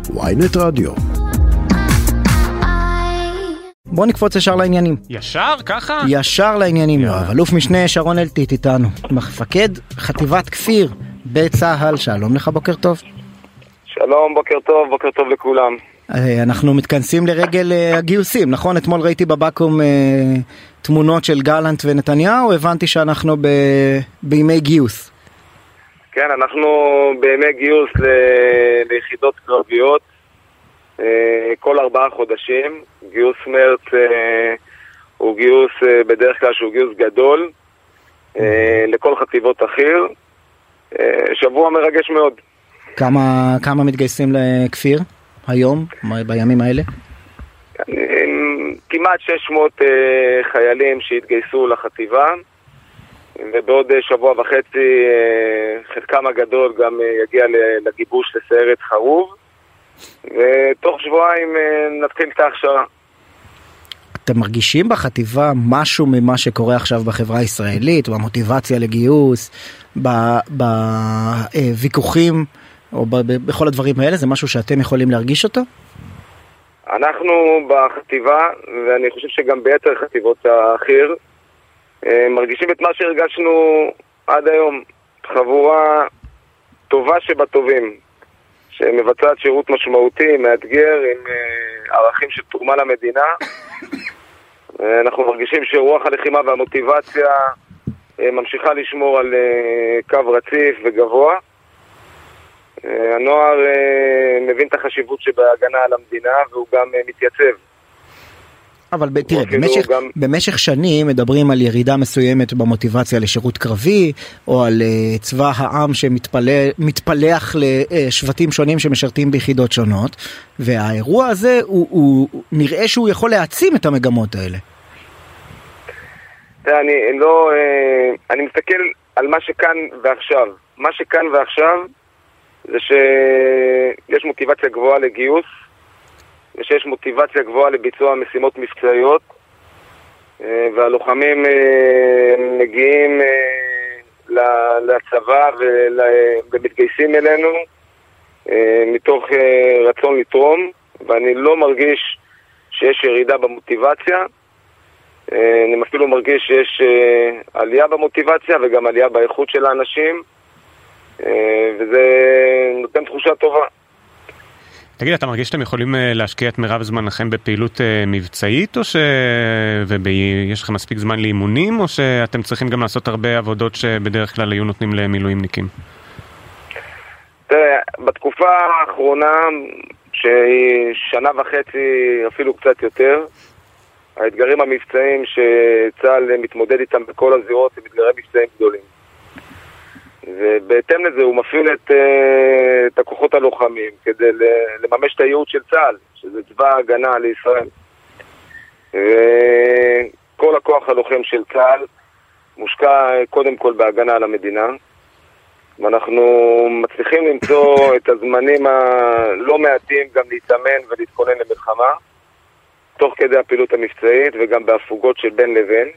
ynet רדיו. בוא נקפוץ ישר לעניינים. ישר? ככה? ישר לעניינים, יואב. אלוף משנה שרון אלטיט איתנו. מפקד חטיבת כפיר בצה"ל. שלום לך, בוקר טוב. שלום, בוקר טוב לכולם. אנחנו מתכנסים לרגל הגיוסים, נכון? אתמול ראיתי בבקום תמונות של גלנט ונתניהו, הבנתי שאנחנו בימי גיוס. כן, אנחנו בימי גיוס ליחידות קרביות, כל 4 חודשים. גיוס מרץ הוא גיוס בדרך כלל שהוא גיוס גדול, לכל חטיבות אחיר. שבוע מרגש מאוד. כמה מתגייסים לכפיר היום, בימים האלה? כמעט 600 חיילים שהתגייסו לחטיבה, ובעוד שבוע וחצי חלקם הגדול גם יגיע לגיבוש לסיירת חרוב, ותוך שבועיים נתחיל את ההכשרה. אתם מרגישים בחטיבה משהו ממה שקורה עכשיו בחברה הישראלית, במוטיבציה לגיוס, בוויכוחים או בכל הדברים האלה? זה משהו שאתם יכולים להרגיש אותו? אנחנו בחטיבה, ואני חושב שגם ביתר חטיבות האחיר, מרגישים את מה שהרגשנו עד היום. חבורה טובה שבטובים, שמבצעת שירות משמעותי, מאתגר, עם ערכים של תרומה למדינה. אנחנו מרגישים שרוח הלחימה והמוטיבציה ממשיכה לשמור על קו רציף וגבוה. הנוער מבין את החשיבות שבהגנה על המדינה, והוא גם מתייצב. אבל תראה, במשך שנים מדברים על ירידה מסוימת במוטיבציה לשירות קרבי, או על צבא העם שמתפלח לשבטים שונים שמשרתים ביחידות שונות, והאירוע הזה הוא נראה שהוא יכול להעצים את המגמות האלה. אני מסתכל על מה שכאן ועכשיו. מה שכאן ועכשיו זה שיש מוטיבציה גבוהה לגיוס, ושיש מוטיבציה גבוהה לביצוע משימות מבצעיות, והלוחמים מגיעים לצבא ומתגייסים אלינו מתוך רצון לתרום, ואני לא מרגיש שיש ירידה במוטיבציה. אני אפילו מרגיש שיש עלייה במוטיבציה וגם עלייה באיכות של האנשים, וזה נותן תחושה טובה. תגיד, אתה מרגיש שאתם יכולים להשקיע את מרב זמנכם בפעילות מבצעית, או יש לכם מספיק זמן לאימונים, או שאתם צריכים גם לעשות הרבה עבודות שבדרך כלל היו נותנים למילואימניקים? תראה, בתקופה האחרונה, שהיא שנה וחצי, אפילו קצת יותר, האתגרים המבצעיים שצה"ל מתמודד איתם בכל הזירות הם אתגרי מבצעים גדולים. ובהתאם לזה הוא מפעיל את הכוחות הלוחמים כדי לממש את הייעוד של צה"ל, שזה צבא ההגנה לישראל. וכל הכוח הלוחם של צה"ל מושקע קודם כל בהגנה על המדינה, ואנחנו מצליחים למצוא את הזמנים הלא מעטים גם להתאמן ולהתכונן למלחמה, תוך כדי הפעילות המבצעית וגם בהפוגות של בין לבין.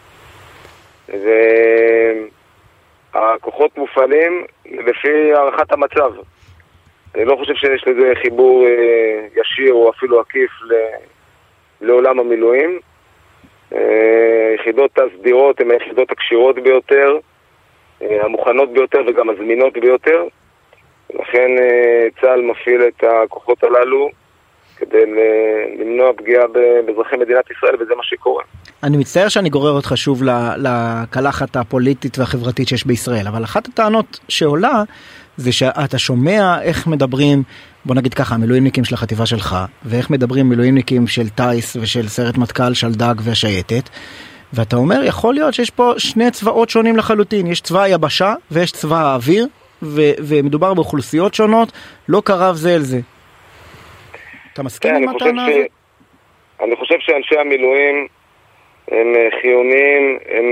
הכוחות מופעלים לפי הערכת המצב. אני לא חושב שיש לזה חיבור ישיר או אפילו עקיף לעולם המילואים. יחידות הסדירות הן היחידות הקשירות ביותר, המוכנות ביותר וגם הזמינות ביותר. לכן צה"ל מפעיל את הכוחות הללו כדי למנוע פגיעה באזרחי מדינת ישראל, וזה מה שקורה. אני מצטער שאני גורר אותך שוב לקלחת הפוליטית והחברתית שיש בישראל, אבל אחת הטענות שעולה זה שאתה שומע איך מדברים, בוא נגיד ככה, המילואימניקים של החטיבה שלך, ואיך מדברים מילואימניקים של טייס ושל סיירת מטכ"ל, שלדג והשייטת, ואתה אומר, יכול להיות שיש פה שני צבאות שונים לחלוטין, יש צבא היבשה ויש צבא האוויר, ומדובר באוכלוסיות שונות, לא קרב זה אל זה. אתה מסכים עם הטענה הזאת? אני חושב שאנשי המילואים הם חיוניים, הם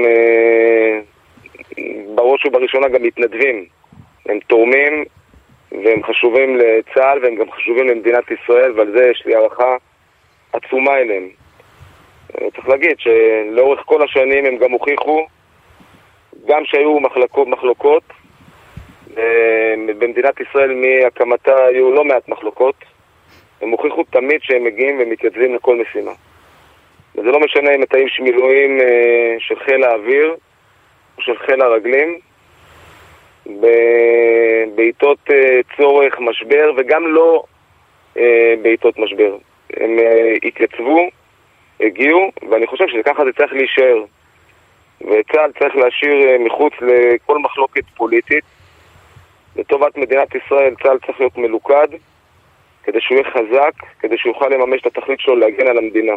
בראש ובראשונה גם מתנדבים, הם תורמים והם חשובים לצה"ל והם גם חשובים למדינת ישראל, ועל זה יש לי הערכה עצומה אליהם. צריך להגיד שלאורך כל השנים הם גם הוכיחו, גם שהיו מחלוקות, במדינת ישראל מהקמתה היו לא מעט מחלוקות, הם הוכיחו תמיד שהם מגיעים ומתייצבים לכל משימה. וזה לא משנה אם אתה איש מילואים של חיל האוויר או של חיל הרגלים, בעיתות צורך, משבר, וגם לא בעיתות משבר. הם התייצבו, הגיעו, ואני חושב שככה זה צריך להישאר. וצה"ל צריך להשאיר מחוץ לכל מחלוקת פוליטית. לטובת מדינת ישראל צה"ל צריך להיות מלוכד, כדי שהוא יהיה חזק, כדי שהוא יוכל לממש את התכלית שלו להגן על המדינה.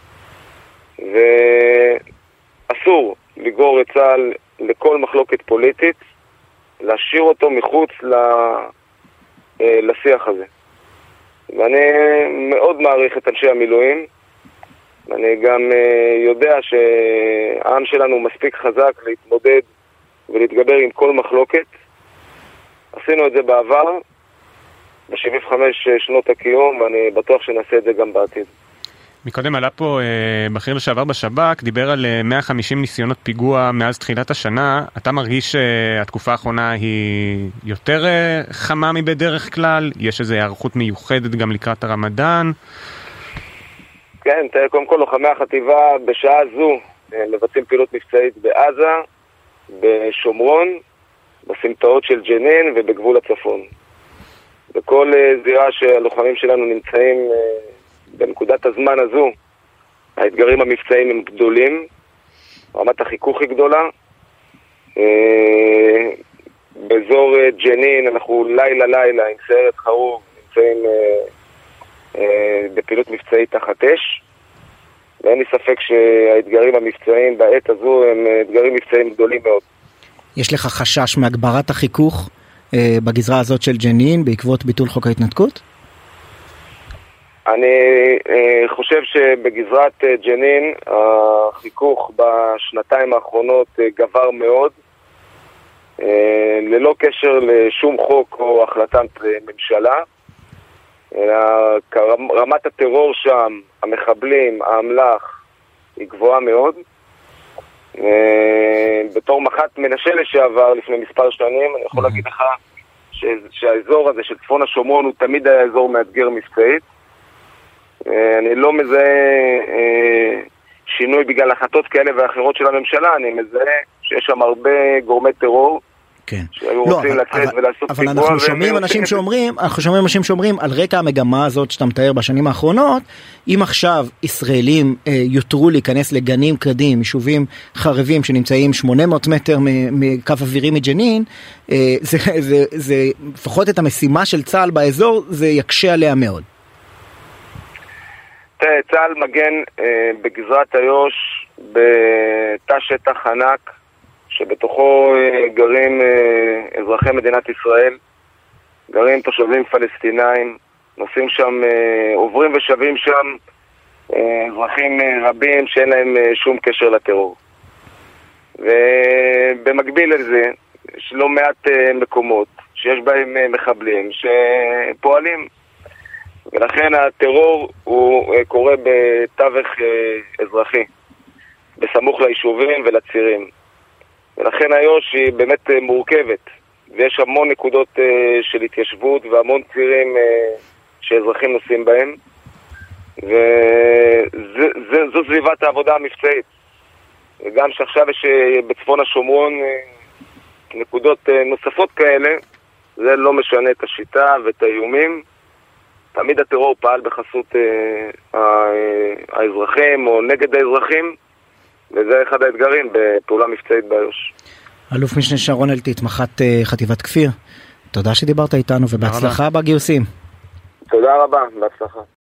ואסור לגרור את צה"ל לכל מחלוקת פוליטית, להשאיר אותו מחוץ לשיח הזה. ואני מאוד מעריך את אנשי המילואים, ואני גם יודע שהעם שלנו מספיק חזק להתמודד ולהתגבר עם כל מחלוקת. עשינו את זה בעבר, ב-75 שנות הקיום, ואני בטוח שנעשה את זה גם בעתיד. מקודם עלה פה בכיר לשעבר בשב"כ, דיבר על 150 ניסיונות פיגוע מאז תחילת השנה. אתה מרגיש שהתקופה האחרונה היא יותר חמה מבדרך כלל? יש איזו הערכות מיוחדת גם לקראת הרמדאן? כן, קודם כל לוחמי החטיבה בשעה זו מבצעים פעילות מבצעית בעזה, בשומרון, בסמטאות של ג'נין ובגבול הצפון. בכל זירה שהלוחמים שלנו נמצאים בנקודת הזמן הזו, האתגרים המבצעיים הם גדולים, רמת החיכוך היא גדולה. באזור ג'נין אנחנו לילה עם סיירת חרוב נמצאים בפעילות מבצעית תחת אש, ואין לי ספק שהאתגרים המבצעיים בעת הזו הם אתגרים מבצעיים גדולים מאוד. יש לך חשש מהגברת החיכוך בגזרה הזאת של ג'נין בעקבות ביטול חוק ההתנתקות? אני חושב שבגזרת ג'נין החיכוך בשנתיים האחרונות גבר מאוד, ללא קשר לשום חוק או החלטת ממשלה. רמת הטרור שם, המחבלים, האמל"ח, היא גבוהה מאוד. בתור מח"ט מנשה לשעבר לפני מספר שנים, אני יכול להגיד לך שהאזור הזה של צפון השומרון הוא תמיד היה אזור מאתגר מבצעית. אני לא מזהה שינוי בגלל החלטות כאלה ואחרות של הממשלה, אני מזהה שיש שם הרבה גורמי טרור. כן. שהיו רוצים לצאת ולעשות אבל אנחנו שומעים אנשים שאומרים על רקע המגמה הזאת שאתה מתאר בשנים האחרונות, אם עכשיו ישראלים יותרו להיכנס לגנים קדים, יישובים חרבים שנמצאים 800 מטר מקו אווירי מג'נין, זה לפחות את המשימה של צה"ל באזור, זה יקשה עליה מאוד. צה"ל מגן בגזרת איו"ש בתא שטח ענק, שבתוכו גרים אזרחי מדינת ישראל, גרים תושבים פלסטינאים, נוסעים שם, עוברים ושבים שם אזרחים רבים שאין להם שום קשר לטרור. ובמקביל לזה, יש לא מעט מקומות שיש בהם מחבלים שפועלים. ולכן הטרור הוא קורה בתווך אזרחי, בסמוך ליישובים ולצירים. ולכן איו"ש היא באמת מורכבת, ויש המון נקודות של התיישבות והמון צירים שאזרחים נוסעים בהם, וזו סביבת העבודה המבצעית. וגם שעכשיו יש בצפון השומרון נקודות נוספות כאלה, זה לא משנה את השיטה ואת האיומים. תמיד הטרור פעל בחסות האזרחים או נגד האזרחים, וזה אחד האתגרים בפעולה מבצעית באיו"ש. אלוף משנה שרון אלטית, מח"ט חטיבת כפיר, תודה שדיברת איתנו ובהצלחה בגיוסים. תודה רבה, בהצלחה.